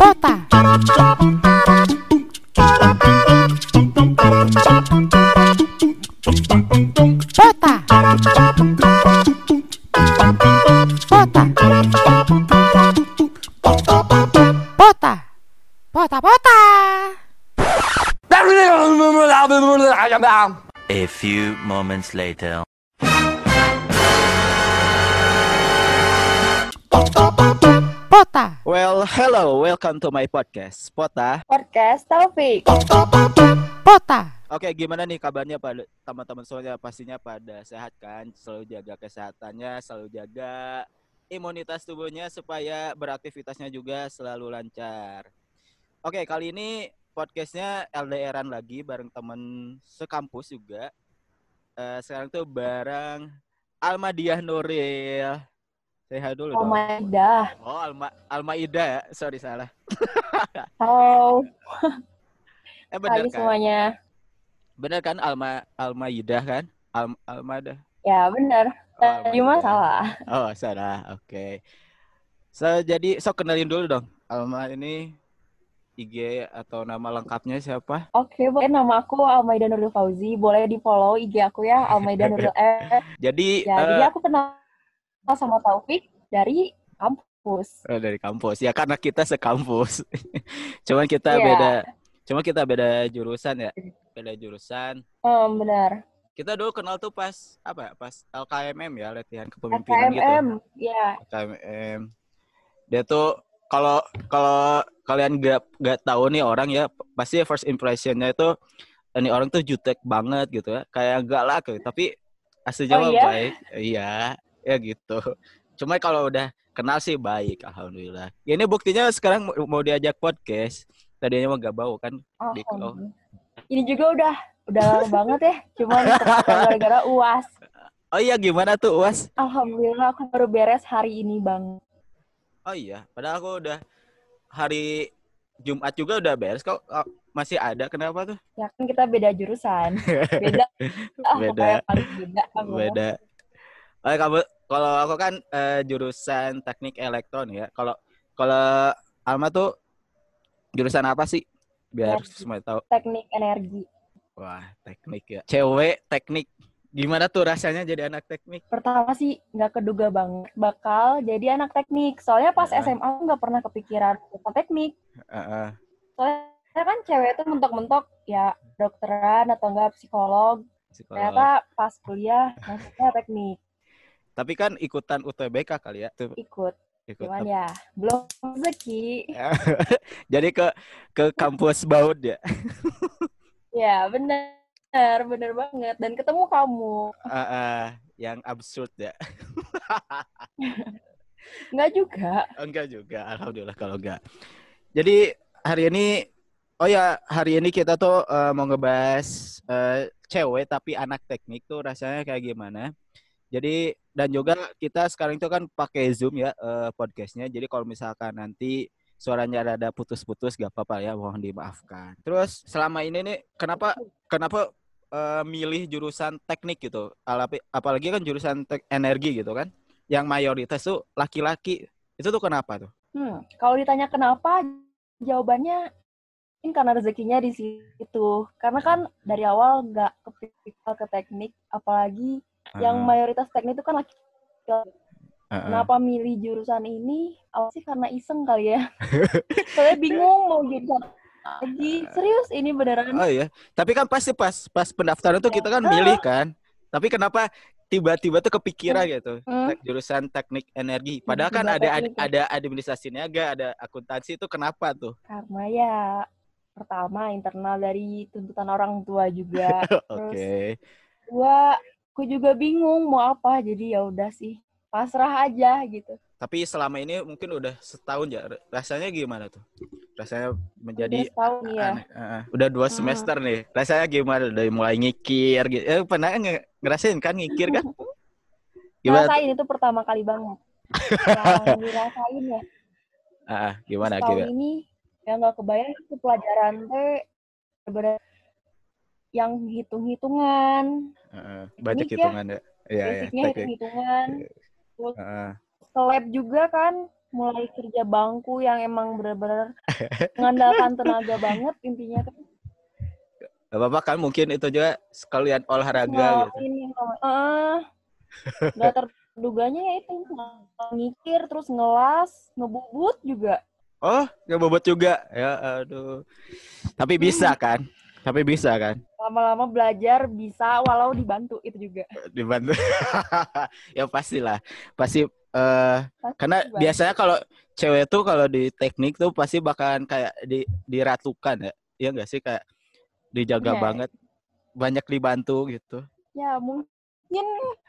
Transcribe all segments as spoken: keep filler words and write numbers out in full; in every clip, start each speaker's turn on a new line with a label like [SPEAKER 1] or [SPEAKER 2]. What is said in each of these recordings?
[SPEAKER 1] Pota. Pota. Pota. Pota. Pota, pota.
[SPEAKER 2] A few moments later.
[SPEAKER 1] Pota.
[SPEAKER 3] Well, hello, welcome to my podcast, Pota.
[SPEAKER 4] Podcast Taufik.
[SPEAKER 1] Pota.
[SPEAKER 3] Oke, gimana nih kabarnya pada teman-teman semuanya? Pastinya pada sehat kan? Selalu jaga kesehatannya, selalu jaga imunitas tubuhnya supaya beraktivitasnya juga selalu lancar. Oke, kali ini podcastnya L D R-an lagi bareng teman sekampus juga. Uh, sekarang tuh bareng Almadiah Nuril. Say hi dulu dong.
[SPEAKER 4] Almaidah.
[SPEAKER 3] Oh, Alma Almaida ya. Sorry salah.
[SPEAKER 4] Halo.
[SPEAKER 3] Eh benar
[SPEAKER 4] Hai
[SPEAKER 3] kan?
[SPEAKER 4] semuanya.
[SPEAKER 3] Benar kan Alma Almaida kan? Al Almada.
[SPEAKER 4] Ya benar.
[SPEAKER 3] Oh,
[SPEAKER 4] Tadi mah salah.
[SPEAKER 3] Oh, salah. Oke. Okay. So jadi so kenalin dulu dong. Alma ini I G atau nama lengkapnya siapa?
[SPEAKER 4] Oke, boleh, nama aku Almaida Nuril Fauzi. Boleh di-follow I G aku ya, Almaida Nuril F.
[SPEAKER 3] Jadi
[SPEAKER 4] ya,
[SPEAKER 3] uh,
[SPEAKER 4] jadi aku kenal sama Taufik dari kampus.
[SPEAKER 3] Oh, dari kampus. Ya karena kita sekampus. Cuman kita
[SPEAKER 4] yeah.
[SPEAKER 3] beda. Cuma kita beda jurusan ya. Beda jurusan.
[SPEAKER 4] Um, benar.
[SPEAKER 3] Kita dulu kenal tuh pas apa ya? Pas L K M M ya, latihan kepemimpinan
[SPEAKER 4] L K M M,
[SPEAKER 3] gitu.
[SPEAKER 4] ya.
[SPEAKER 3] L K M M. Dia tuh kalau kalau kalian gak gak tahu nih orang ya, pasti first impressionnya itu ini orang tuh jutek banget gitu ya. Kayak galak gitu, tapi aslinya
[SPEAKER 4] oh,
[SPEAKER 3] mah
[SPEAKER 4] iya?
[SPEAKER 3] baik. Iya, ya gitu. Cuma kalau udah kenal sih baik, alhamdulillah. Ya, ini buktinya sekarang mau diajak podcast. Tadinya mah gak bau kan.
[SPEAKER 4] Oh,
[SPEAKER 3] di oh.
[SPEAKER 4] Ini juga udah udah lama banget ya. Cuman gara-gara U A S.
[SPEAKER 3] Oh iya, gimana tuh U A S?
[SPEAKER 4] Alhamdulillah aku baru beres hari ini bang.
[SPEAKER 3] Oh iya, padahal aku udah hari Jumat juga udah beres. Kok oh, masih ada? Kenapa tuh?
[SPEAKER 4] Ya kan kita beda jurusan. Beda. Oh,
[SPEAKER 3] beda.
[SPEAKER 4] beda.
[SPEAKER 3] Beda. Oh, kamu kalau aku kan uh, jurusan teknik elektron ya. Kalau kalau Alma tuh jurusan apa sih? Biar
[SPEAKER 4] energi.
[SPEAKER 3] Semua tahu.
[SPEAKER 4] Teknik energi.
[SPEAKER 3] Wah, teknik ya. Cewek teknik. Gimana tuh rasanya jadi anak teknik?
[SPEAKER 4] Pertama sih nggak keduga banget bakal jadi anak teknik. Soalnya pas
[SPEAKER 3] uh-uh.
[SPEAKER 4] S M A aku nggak pernah kepikiran tentang teknik.
[SPEAKER 3] Uh-uh.
[SPEAKER 4] Soalnya kan cewek itu mentok-mentok ya dokteran atau enggak psikolog. psikolog. Ternyata pas kuliah maksudnya teknik.
[SPEAKER 3] Tapi kan ikutan U T B K kali ya? Tuh.
[SPEAKER 4] Ikut.
[SPEAKER 3] Ikut.
[SPEAKER 4] Cuman ya belum rezeki.
[SPEAKER 3] Jadi ke ke kampus Baud ya?
[SPEAKER 4] Ya benar, benar banget. Dan ketemu kamu.
[SPEAKER 3] Uh, uh, yang absurd ya?
[SPEAKER 4] Enggak juga.
[SPEAKER 3] Enggak juga, alhamdulillah kalau enggak. Jadi hari ini, oh ya hari ini kita tuh uh, mau ngebahas uh, cewek tapi anak teknik tuh rasanya kayak gimana. Jadi dan juga kita sekarang itu kan pakai Zoom ya uh, podcastnya. Jadi kalau misalkan nanti suaranya ada putus-putus gak apa-apa ya, mohon dimaafkan. Terus selama ini nih kenapa kenapa uh, milih jurusan teknik gitu? Apalagi kan jurusan tek- energi gitu kan, yang mayoritas tuh laki-laki. Itu tuh kenapa tuh?
[SPEAKER 4] Hmm, kalau ditanya kenapa, jawabannya ini karena rezekinya di situ. Karena kan dari awal nggak kepikiran ke teknik, apalagi uh. yang mayoritas teknik itu kan laki. Uh-uh. Kenapa milih jurusan ini? Awal sih karena iseng kali ya. Soalnya bingung mau jurusan lagi. Serius ini beneran.
[SPEAKER 3] Oh iya. Tapi kan pasti pas pas pendaftaran tuh kita kan milih kan. Tapi kenapa tiba-tiba tuh kepikiran gitu hmm. Tek, jurusan teknik energi? Padahal kan ada ad, ada administrasi niaga, ada akuntansi, itu kenapa tuh?
[SPEAKER 4] Karena ya pertama internal dari tuntutan orang tua juga. Terus okay. Dua, aku juga bingung mau apa. Jadi ya udah sih. Pasrah aja gitu.
[SPEAKER 3] Tapi selama ini mungkin udah setahun ya. Rasanya gimana tuh? Rasanya menjadi
[SPEAKER 4] udah setahun ya.
[SPEAKER 3] Aneh, uh, udah dua semester hmm. nih. Rasanya gimana? Dari mulai ngikir gitu. Eh, pernah ng- ngerasain kan ngikir kan?
[SPEAKER 4] Gimana? Ngerasain itu pertama kali banget. Yang dirasain ya.
[SPEAKER 3] Ah, gimana
[SPEAKER 4] setahun
[SPEAKER 3] gimana?
[SPEAKER 4] Ini yang nggak kebayang itu pelajaran teh bener-bener yang hitung-hitungan.
[SPEAKER 3] Uh, banyak hitungan ya. Iya,
[SPEAKER 4] Basicnya
[SPEAKER 3] ya,
[SPEAKER 4] hitung-hitungan.
[SPEAKER 3] Uh.
[SPEAKER 4] Ke lab juga kan mulai kerja bangku yang emang benar-benar mengandalkan tenaga banget intinya kan.
[SPEAKER 3] Gak apa-apa kan mungkin itu juga sekalian
[SPEAKER 4] Terus
[SPEAKER 3] olahraga gitu.
[SPEAKER 4] ngalamin yang eh nggak terduganya ya itu ngikir terus ngelas ngebubut juga.
[SPEAKER 3] Oh, ngebobot juga. Ya aduh. Tapi bisa kan? Tapi bisa kan?
[SPEAKER 4] Lama-lama belajar bisa walau dibantu itu juga.
[SPEAKER 3] Dibantu. Ya pastilah. Pasti eh
[SPEAKER 4] Pasti
[SPEAKER 3] karena
[SPEAKER 4] dibantu.
[SPEAKER 3] biasanya kalau cewek tuh kalau di teknik tuh pasti bakalan kayak di diratukan ya. Iya enggak sih kayak dijaga
[SPEAKER 4] Ya,
[SPEAKER 3] banget, banyak dibantu gitu.
[SPEAKER 4] ya mungkin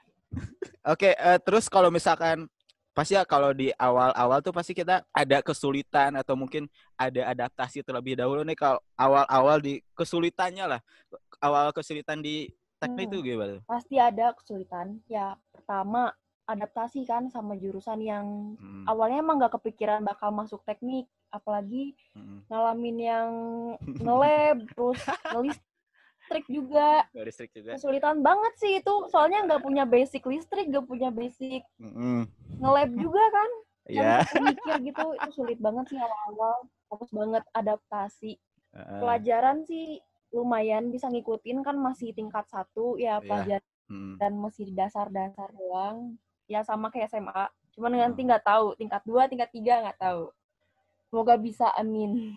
[SPEAKER 3] Oke, eh, terus kalau misalkan pasti ya kalau di awal-awal tuh pasti kita ada kesulitan atau mungkin ada adaptasi terlebih dahulu nih kalau awal-awal di kesulitannya lah. Awal kesulitan di teknik
[SPEAKER 4] hmm,
[SPEAKER 3] tuh gimana?
[SPEAKER 4] pasti ada kesulitan. Ya pertama adaptasi kan sama jurusan yang
[SPEAKER 3] Hmm.
[SPEAKER 4] awalnya emang nggak kepikiran bakal masuk teknik, apalagi
[SPEAKER 3] Hmm.
[SPEAKER 4] ngalamin yang nge-lab terus ngelistrik juga.
[SPEAKER 3] Gak listrik juga.
[SPEAKER 4] Kesulitan banget sih itu, soalnya nggak punya basic listrik, nggak punya basic
[SPEAKER 3] Mm-mm.
[SPEAKER 4] nge-lab juga kan.
[SPEAKER 3] Ya.
[SPEAKER 4] Yang mikir gitu, itu sulit banget sih awal-awal. Harus banget adaptasi.
[SPEAKER 3] Heeh.
[SPEAKER 4] Pelajaran sih lumayan bisa ngikutin kan masih tingkat satu ya
[SPEAKER 3] Iya.
[SPEAKER 4] pelajaran
[SPEAKER 3] Hmm.
[SPEAKER 4] dan masih dasar-dasar doang. Ya sama kayak S M A. Cuman nanti
[SPEAKER 3] Hmm.
[SPEAKER 4] nggak tahu tingkat dua, tingkat tiga nggak tahu. Semoga bisa, amin.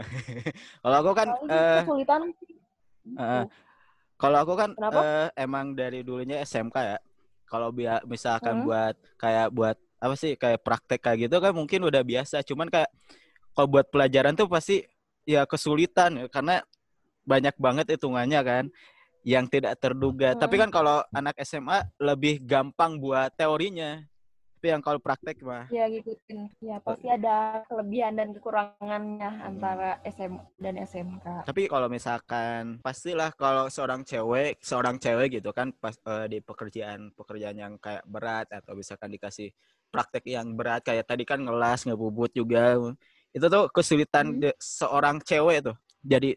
[SPEAKER 3] Kalau aku kan
[SPEAKER 4] Paling
[SPEAKER 3] eh
[SPEAKER 4] kesulitan sih.
[SPEAKER 3] eh,
[SPEAKER 4] gitu.
[SPEAKER 3] kalau aku kan
[SPEAKER 4] Kenapa?
[SPEAKER 3] eh, emang dari dulunya S M K ya. Kalau biar misalkan
[SPEAKER 4] Hmm.
[SPEAKER 3] buat kayak buat apa sih kayak praktek kayak gitu kan mungkin udah biasa. Cuman kayak kalau buat pelajaran tuh pasti ya kesulitan ya, karena banyak banget hitungannya kan yang tidak terduga. Tapi
[SPEAKER 4] Hmm.
[SPEAKER 3] kan kalau anak S M A lebih gampang buat teorinya. Tapi yang kalau praktek mah
[SPEAKER 4] Ya ngikutin. Ya pasti ada kelebihan dan kekurangannya
[SPEAKER 3] Hmm.
[SPEAKER 4] antara S M A dan S M K.
[SPEAKER 3] Tapi kalau misalkan pastilah kalau seorang cewek, seorang cewek gitu kan pas eh, di pekerjaan pekerjaan yang kayak berat atau misalkan dikasih praktek yang berat kayak tadi kan ngelas, ngebubut juga. Itu tuh kesulitan
[SPEAKER 4] Hmm.
[SPEAKER 3] de- seorang cewek tuh. Jadi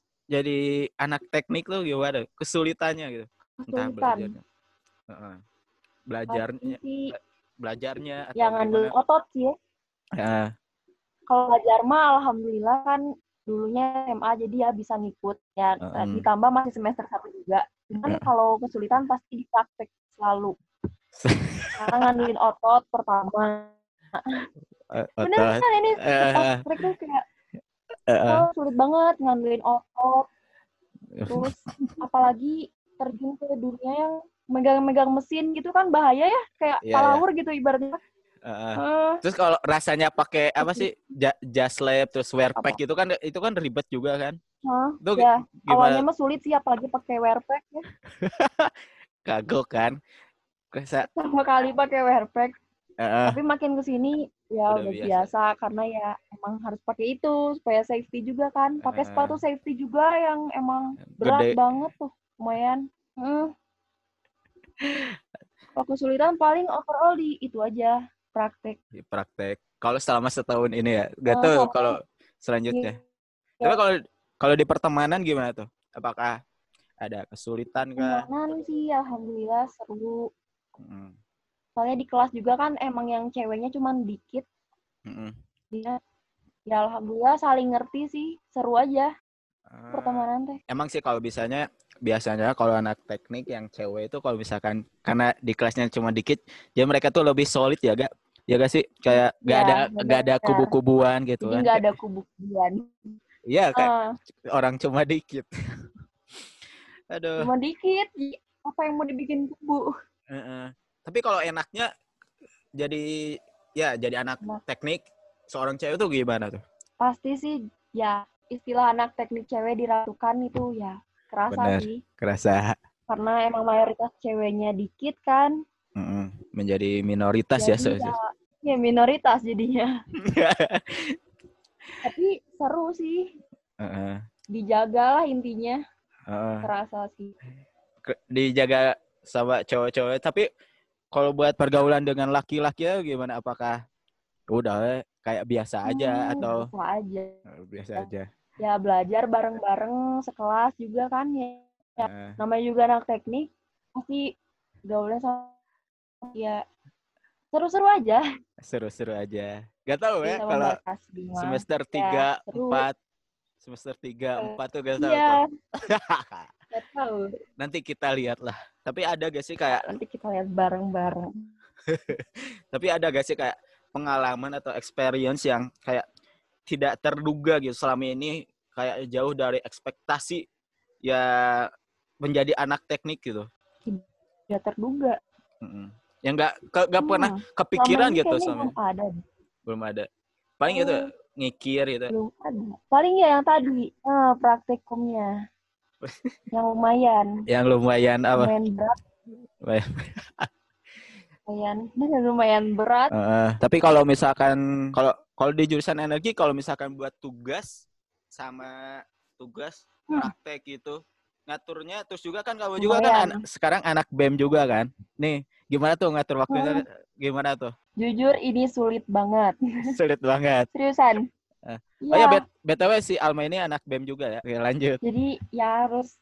[SPEAKER 3] jadi anak teknik tuh gimana? Kesulitannya gitu. Entah
[SPEAKER 4] Kesulitan.
[SPEAKER 3] belajarnya. Heeh.
[SPEAKER 4] Pasti
[SPEAKER 3] Belajarnya
[SPEAKER 4] sih
[SPEAKER 3] belajarnya atau
[SPEAKER 4] yang ngandel
[SPEAKER 3] gimana?
[SPEAKER 4] otot sih ya.
[SPEAKER 3] Ya.
[SPEAKER 4] Kalau belajar mah alhamdulillah kan dulunya S M A jadi ya bisa ngikut ya.
[SPEAKER 3] Heeh.
[SPEAKER 4] Ditambah masih semester satu juga. Cuman
[SPEAKER 3] Heeh.
[SPEAKER 4] kalau kesulitan pasti di praktek selalu. Karena ngandelin otot pertama.
[SPEAKER 3] Eh,
[SPEAKER 4] Bener
[SPEAKER 3] otot.
[SPEAKER 4] kan ini
[SPEAKER 3] Eh,
[SPEAKER 4] praktek tuh kayak
[SPEAKER 3] eh, eh.
[SPEAKER 4] oh, sulit banget ngandelin otot. Terus apalagi terjun ke dunia yang megang-megang mesin gitu kan bahaya ya, kayak
[SPEAKER 3] Iya,
[SPEAKER 4] palawur gitu ibaratnya.
[SPEAKER 3] Heeh.
[SPEAKER 4] Eh,
[SPEAKER 3] Terus kalau rasanya pakai apa sih ja- jas lab terus wear
[SPEAKER 4] apa?
[SPEAKER 3] pack itu kan itu kan ribet juga kan?
[SPEAKER 4] Hah?
[SPEAKER 3] Itu gi-
[SPEAKER 4] Ya, awalnya
[SPEAKER 3] gimana?
[SPEAKER 4] mah sulit sih apalagi pakai wear pack ya.
[SPEAKER 3] Kagok kan? Kerasa
[SPEAKER 4] Pertama kali pakai wear pack,
[SPEAKER 3] Heeh,
[SPEAKER 4] tapi makin kesini ya
[SPEAKER 3] udah
[SPEAKER 4] udah
[SPEAKER 3] biasa.
[SPEAKER 4] biasa karena ya emang harus pakai itu supaya safety juga kan. Pakai
[SPEAKER 3] Heeh.
[SPEAKER 4] sepatu safety juga yang emang berat
[SPEAKER 3] Gede.
[SPEAKER 4] banget tuh, lumayan. Hmm. Kalau kesulitan paling overall di itu aja praktek.
[SPEAKER 3] Di praktek. Kalau selama setahun ini ya, gak
[SPEAKER 4] Eh,
[SPEAKER 3] tahu
[SPEAKER 4] sama
[SPEAKER 3] kalau selanjutnya.
[SPEAKER 4] ya,
[SPEAKER 3] Tapi kalau kalau di pertemanan gimana tuh? Apakah ada kesulitan kah?
[SPEAKER 4] pertemanan sih alhamdulillah seru.
[SPEAKER 3] Mm-mm.
[SPEAKER 4] Soalnya di kelas juga kan emang yang ceweknya cuman dikit.
[SPEAKER 3] Mm-mm.
[SPEAKER 4] Dia ya alhamdulillah saling ngerti sih, seru aja
[SPEAKER 3] Ah,
[SPEAKER 4] pertemanan teh.
[SPEAKER 3] emang sih kalau biasanya biasanya kalau anak teknik yang cewek itu kalau misalkan karena di kelasnya cuma dikit, jadi mereka tuh lebih solid ya gak? Ya gak sih? Kayak gak ada
[SPEAKER 4] Ya,
[SPEAKER 3] gak ada
[SPEAKER 4] benar.
[SPEAKER 3] kubu-kubuan gitu
[SPEAKER 4] Jadi
[SPEAKER 3] kan?
[SPEAKER 4] nggak
[SPEAKER 3] Kayak-
[SPEAKER 4] ada kubu-kubuan.
[SPEAKER 3] Iya kayak
[SPEAKER 4] Ah,
[SPEAKER 3] orang cuma dikit. Aduh.
[SPEAKER 4] cuma dikit. Apa yang mau dibikin kubu?
[SPEAKER 3] Heeh. Tapi kalau enaknya jadi ya jadi anak
[SPEAKER 4] Nah,
[SPEAKER 3] teknik seorang cewek tuh gimana tuh?
[SPEAKER 4] pasti sih ya istilah anak teknik cewek diratukan itu ya kerasa
[SPEAKER 3] Bener.
[SPEAKER 4] sih.
[SPEAKER 3] Kerasa
[SPEAKER 4] Karena emang mayoritas ceweknya dikit kan.
[SPEAKER 3] mm, menjadi minoritas ya.
[SPEAKER 4] Jadi
[SPEAKER 3] so- so.
[SPEAKER 4] ya, ya minoritas jadinya. Tapi seru sih.
[SPEAKER 3] Heeh.
[SPEAKER 4] Dijagalah intinya.
[SPEAKER 3] Heeh.
[SPEAKER 4] Kerasa sih.
[SPEAKER 3] Ke- Dijaga sama cowok-cowok. Tapi kalau buat pergaulan dengan laki-laki ya gimana? Apakah udah kayak biasa aja
[SPEAKER 4] Hmm,
[SPEAKER 3] atau
[SPEAKER 4] biasa aja.
[SPEAKER 3] Eh, biasa aja?
[SPEAKER 4] Ya belajar bareng-bareng sekelas juga kan ya.
[SPEAKER 3] Heeh.
[SPEAKER 4] Namanya juga anak teknik pasti gaulnya sama ya Seru-seru aja
[SPEAKER 3] Seru-seru aja. Gak tahu ya
[SPEAKER 4] sama
[SPEAKER 3] kalau
[SPEAKER 4] Mbak Kasbi mah.
[SPEAKER 3] semester
[SPEAKER 4] Ya,
[SPEAKER 3] tiga,
[SPEAKER 4] seru.
[SPEAKER 3] empat, semester tiga,
[SPEAKER 4] Eh,
[SPEAKER 3] empat tuh gak tahu
[SPEAKER 4] Iya,
[SPEAKER 3] tuh.
[SPEAKER 4] nggak tahu.
[SPEAKER 3] Nanti kita lihat lah. Tapi ada gak sih kayak,
[SPEAKER 4] Nanti kita lihat bareng-bareng.
[SPEAKER 3] tapi ada gak sih kayak pengalaman atau experience yang kayak tidak terduga gitu selama ini kayak jauh dari ekspektasi ya menjadi anak teknik gitu.
[SPEAKER 4] Tidak terduga.
[SPEAKER 3] Mm-mm. Yang nggak ke- nggak
[SPEAKER 4] Hmm,
[SPEAKER 3] pernah
[SPEAKER 4] selama
[SPEAKER 3] kepikiran
[SPEAKER 4] ini
[SPEAKER 3] gitu
[SPEAKER 4] kayaknya
[SPEAKER 3] selama
[SPEAKER 4] belum ada deh.
[SPEAKER 3] belum ada. Paling itu
[SPEAKER 4] Hmm,
[SPEAKER 3] ngikir gitu.
[SPEAKER 4] belum ada. Paling ya yang tadi, eh, praktikumnya. Yang lumayan.
[SPEAKER 3] Yang lumayan apa?
[SPEAKER 4] Lumayan berat. Lumayan, ini lumayan berat.
[SPEAKER 3] Uh, tapi kalau misalkan kalau kalau di jurusan energi kalau misalkan buat tugas sama tugas
[SPEAKER 4] Hmm.
[SPEAKER 3] praktek gitu ngaturnya terus juga kan kamu juga kan
[SPEAKER 4] Lumayan.
[SPEAKER 3] an- sekarang anak B E M juga kan. Nih, gimana tuh ngatur waktunya
[SPEAKER 4] Hmm.
[SPEAKER 3] gimana tuh?
[SPEAKER 4] Jujur ini sulit banget.
[SPEAKER 3] Sulit banget.
[SPEAKER 4] Seriusan.
[SPEAKER 3] Eh.
[SPEAKER 4] Iya.
[SPEAKER 3] Oh ya, B- BTW si Alma ini anak B E M juga ya. Oke, lanjut.
[SPEAKER 4] Jadi ya harus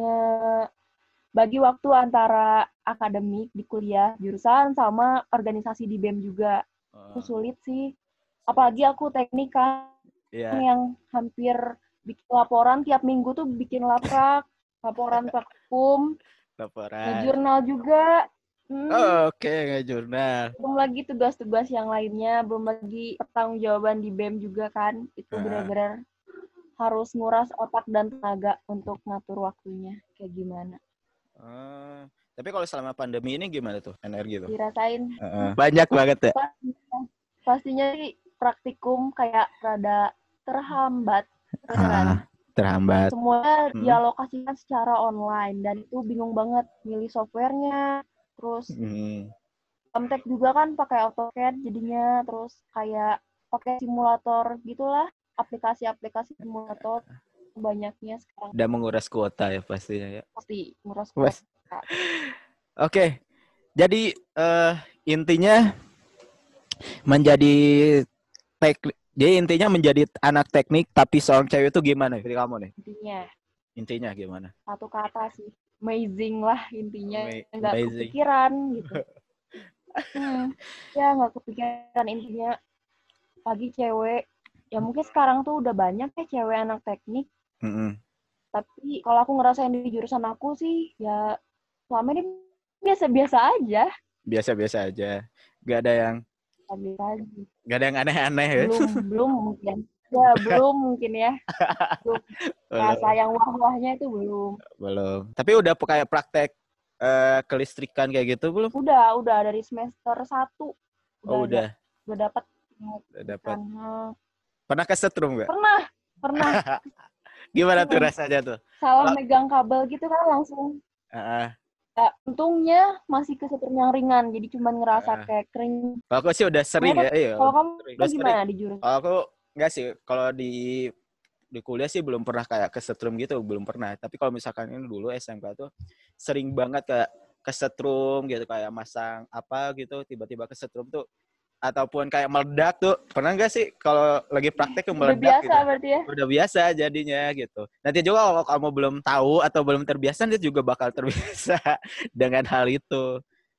[SPEAKER 4] ngebagi waktu antara akademik di kuliah jurusan sama organisasi di B E M juga. Itu
[SPEAKER 3] Oh,
[SPEAKER 4] sulit sih. Apalagi aku teknik kan
[SPEAKER 3] iya.
[SPEAKER 4] yang hampir bikin laporan tiap minggu tuh bikin laprak, laporan praktikum,
[SPEAKER 3] Laporan.
[SPEAKER 4] ngejurnal juga. Hmm,
[SPEAKER 3] Oh, oke, nggak jurnal.
[SPEAKER 4] belum lagi tugas-tugas yang lainnya, belum lagi pertanggungjawaban di B E M juga kan. Itu
[SPEAKER 3] Ah.
[SPEAKER 4] benar-benar harus nguras otak dan tenaga untuk ngatur waktunya kayak gimana.
[SPEAKER 3] Oh, tapi kalau selama pandemi ini gimana tuh energi tuh?
[SPEAKER 4] Dirasain
[SPEAKER 3] Heeh. Banyak banget ya.
[SPEAKER 4] pastinya, pastinya sih praktikum kayak rada terhambat. Beneran.
[SPEAKER 3] Ah, terhambat.
[SPEAKER 4] Semuanya
[SPEAKER 3] Hmm.
[SPEAKER 4] dialokasikan secara online dan itu bingung banget milih softwarenya. Terus
[SPEAKER 3] Hmm.
[SPEAKER 4] Comtek juga kan pakai AutoCAD jadinya, terus kayak pakai simulator gitulah, aplikasi-aplikasi simulator banyaknya sekarang
[SPEAKER 3] Udah menguras kuota ya pastinya ya.
[SPEAKER 4] pasti nguras
[SPEAKER 3] Wes.
[SPEAKER 4] kuota.
[SPEAKER 3] Oke. Jadi eh, intinya menjadi teknik. Jadi intinya menjadi anak teknik tapi seorang cewek itu gimana? Jadi kamu nih.
[SPEAKER 4] Intinya
[SPEAKER 3] Intinya gimana?
[SPEAKER 4] satu kata sih, amazing lah intinya,
[SPEAKER 3] Ama-
[SPEAKER 4] nggak
[SPEAKER 3] amazing.
[SPEAKER 4] kepikiran gitu. Hmm, ya nggak kepikiran intinya. Pagi cewek, ya mungkin sekarang tuh udah banyak ya cewek anak teknik.
[SPEAKER 3] Mm-mm.
[SPEAKER 4] Tapi kalau aku ngerasain di jurusan aku sih, ya selama ini biasa-biasa aja.
[SPEAKER 3] Biasa-biasa aja. Gak ada yang
[SPEAKER 4] Biasa aja.
[SPEAKER 3] gak ada yang aneh-aneh ya.
[SPEAKER 4] Belum, belum mungkin. Ya, belum mungkin ya. Belum. Rasa yang wah-wahnya itu belum.
[SPEAKER 3] Belum. Tapi udah kayak praktek eh, kelistrikan kayak gitu belum?
[SPEAKER 4] Udah, udah dari semester satu.
[SPEAKER 3] Oh, udah.
[SPEAKER 4] ada. Udah dapat.
[SPEAKER 3] Udah dapat.
[SPEAKER 4] Karena
[SPEAKER 3] Pernah kesetrum nggak?
[SPEAKER 4] pernah, pernah.
[SPEAKER 3] Gimana tuh
[SPEAKER 4] Hmm.
[SPEAKER 3] rasanya tuh?
[SPEAKER 4] Salah
[SPEAKER 3] Kalau-
[SPEAKER 4] megang kabel gitu kan langsung.
[SPEAKER 3] Ah,
[SPEAKER 4] Ya, untungnya masih kesetrum yang ringan, jadi cuma ngerasa
[SPEAKER 3] Ah.
[SPEAKER 4] kayak kering.
[SPEAKER 3] kalau aku sih udah sering
[SPEAKER 4] Gimana?
[SPEAKER 3] ya. Iya.
[SPEAKER 4] Kalau kamu
[SPEAKER 3] Udah
[SPEAKER 4] gimana di jurusan?
[SPEAKER 3] Kalau aku nggak sih. Kalau di di kuliah sih belum pernah kayak kesetrum gitu, belum pernah. Tapi kalau misalkan ini dulu S M K tuh sering banget kayak kesetrum gitu, kayak masang apa gitu, tiba-tiba kesetrum tuh ataupun kayak meledak tuh. Pernah nggak sih kalau lagi praktek tuh
[SPEAKER 4] Udah
[SPEAKER 3] meledak
[SPEAKER 4] biasa
[SPEAKER 3] gitu?
[SPEAKER 4] berarti ya?
[SPEAKER 3] Udah biasa jadinya gitu. Nanti juga kalau kamu belum tahu atau belum terbiasa, nanti juga bakal terbiasa dengan hal itu.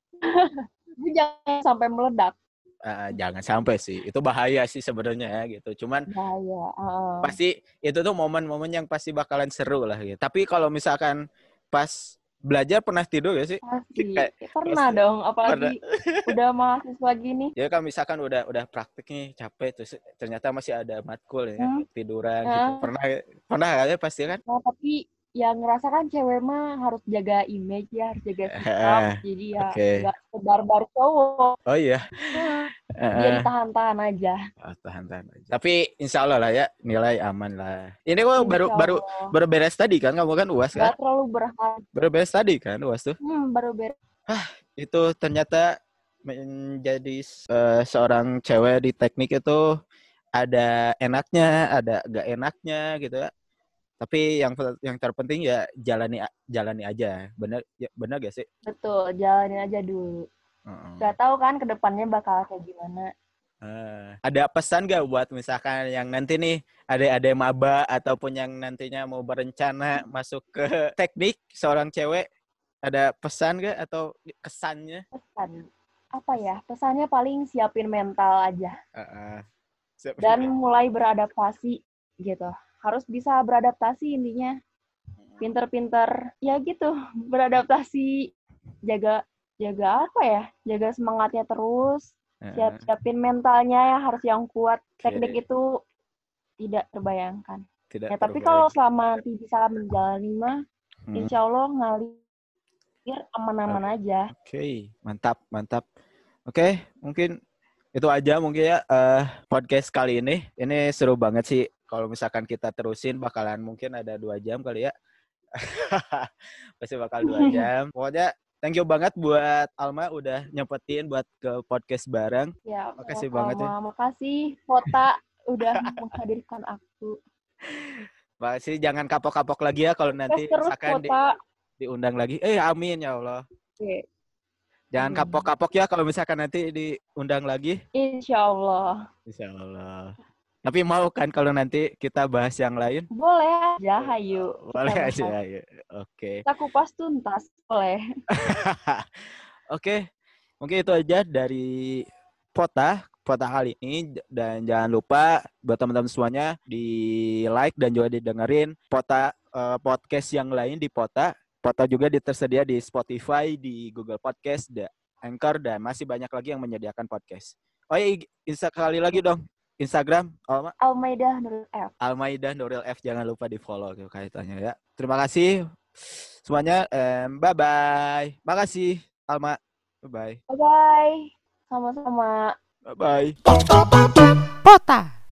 [SPEAKER 4] Tapi jangan sampai meledak.
[SPEAKER 3] Ah, jangan sampai sih, itu bahaya sih sebenarnya ya gitu. Cuman
[SPEAKER 4] Bahaya. Heeh.
[SPEAKER 3] pasti itu tuh momen-momen yang pasti bakalan seru lah gitu. Tapi kalau misalkan pas belajar pernah tidur gak sih?
[SPEAKER 4] Pasti.
[SPEAKER 3] Kayak-
[SPEAKER 4] Ya, pernah
[SPEAKER 3] pasti.
[SPEAKER 4] dong, apalagi udah mahasiswa gini.
[SPEAKER 3] Ya kan misalkan udah udah praktek nih capek terus ternyata masih ada matkul ya
[SPEAKER 4] Hmm.
[SPEAKER 3] tiduran
[SPEAKER 4] Ah.
[SPEAKER 3] gitu. Pernah pernah kali pasti kan?
[SPEAKER 4] Nah, tapi yang ngerasa kan cewek mah harus jaga image ya, harus jaga sikap.
[SPEAKER 3] Eh,
[SPEAKER 4] Jadi ya
[SPEAKER 3] oke.
[SPEAKER 4] nggak sebar-bar cowok.
[SPEAKER 3] Oh iya.
[SPEAKER 4] Hmm,
[SPEAKER 3] Eh,
[SPEAKER 4] Dia ditahan-tahan aja.
[SPEAKER 3] oh, tahan-tahan aja. Tapi insya Allah lah ya nilai aman lah. Ini kok baru
[SPEAKER 4] Insya
[SPEAKER 3] baru
[SPEAKER 4] Allah.
[SPEAKER 3] baru beres tadi kan kamu kan U A S kan?
[SPEAKER 4] Nggak terlalu berharap.
[SPEAKER 3] Baru beres tadi kan U A S tuh.
[SPEAKER 4] Hmm, baru beres.
[SPEAKER 3] Itu ternyata menjadi eh, seorang cewek di teknik itu ada enaknya, ada gak enaknya gitu ya. Tapi yang yang terpenting ya jalani jalani aja. Bener ya, bener gak sih?
[SPEAKER 4] Betul, jalanin aja dulu.
[SPEAKER 3] Heeh.
[SPEAKER 4] Nggak tahu kan ke depannya bakal kayak gimana.
[SPEAKER 3] Eh, ada pesan gak buat misalkan yang nanti nih adik-adik maba ataupun yang nantinya mau berencana masuk ke teknik seorang cewek, ada pesan gak atau kesannya?
[SPEAKER 4] Pesan. apa ya, pesannya paling siapin mental aja.
[SPEAKER 3] Uh-uh. Siap.
[SPEAKER 4] Dan mulai beradaptasi gitu. Harus bisa beradaptasi intinya. Pinter-pinter, ya gitu, beradaptasi. Jaga, jaga apa ya, jaga semangatnya terus. Siap-siapin mentalnya ya harus yang kuat. Teknik itu tidak terbayangkan.
[SPEAKER 3] Tidak
[SPEAKER 4] ya tapi
[SPEAKER 3] terbayang.
[SPEAKER 4] kalau selama nanti bisa menjalani mah,
[SPEAKER 3] Hmm.
[SPEAKER 4] insya Allah ngalir aman-aman aja.
[SPEAKER 3] Oke, okay. mantap, mantap. Oke, okay, mungkin itu aja mungkin ya uh, podcast kali ini. Ini seru banget sih. Kalau misalkan kita terusin bakalan mungkin ada dua jam kali ya. Pasti bakal dua jam. Pokoknya thank you banget buat Alma udah nyempetin buat ke podcast bareng.
[SPEAKER 4] Ya,
[SPEAKER 3] makasih
[SPEAKER 4] Alma,
[SPEAKER 3] banget ya.
[SPEAKER 4] Makasih Kota udah menghadirkan aku.
[SPEAKER 3] Makasih, jangan kapok-kapok lagi ya kalau nanti
[SPEAKER 4] terus,
[SPEAKER 3] misalkan di, diundang lagi. Eh amin ya Allah.
[SPEAKER 4] Oke.
[SPEAKER 3] Jangan kapok-kapok ya kalau misalkan nanti diundang lagi.
[SPEAKER 4] Insya Allah.
[SPEAKER 3] Insya Allah. Tapi mau kan kalau nanti kita bahas yang lain?
[SPEAKER 4] Boleh aja, hayu.
[SPEAKER 3] Boleh aja, hayu. Oke.
[SPEAKER 4] Kita kupas tuntas, boleh.
[SPEAKER 3] Oke, mungkin itu aja dari Pota, Pota kali ini. Dan jangan lupa buat teman-teman semuanya di like dan juga didengerin Pota uh, podcast yang lain di Pota. Pota juga tersedia di Spotify, di Google Podcast, di Anchor, dan masih banyak lagi yang menyediakan podcast. Oh iya, sekali lagi dong. Instagram Alma
[SPEAKER 4] Almaidah Nuril F.
[SPEAKER 3] Almaidah Nuril F, jangan lupa di follow kaitannya ya. Terima kasih semuanya. Um, bye bye. Makasih Alma. Bye bye.
[SPEAKER 4] Bye bye. Sama-sama.
[SPEAKER 3] Bye bye.
[SPEAKER 1] Pota.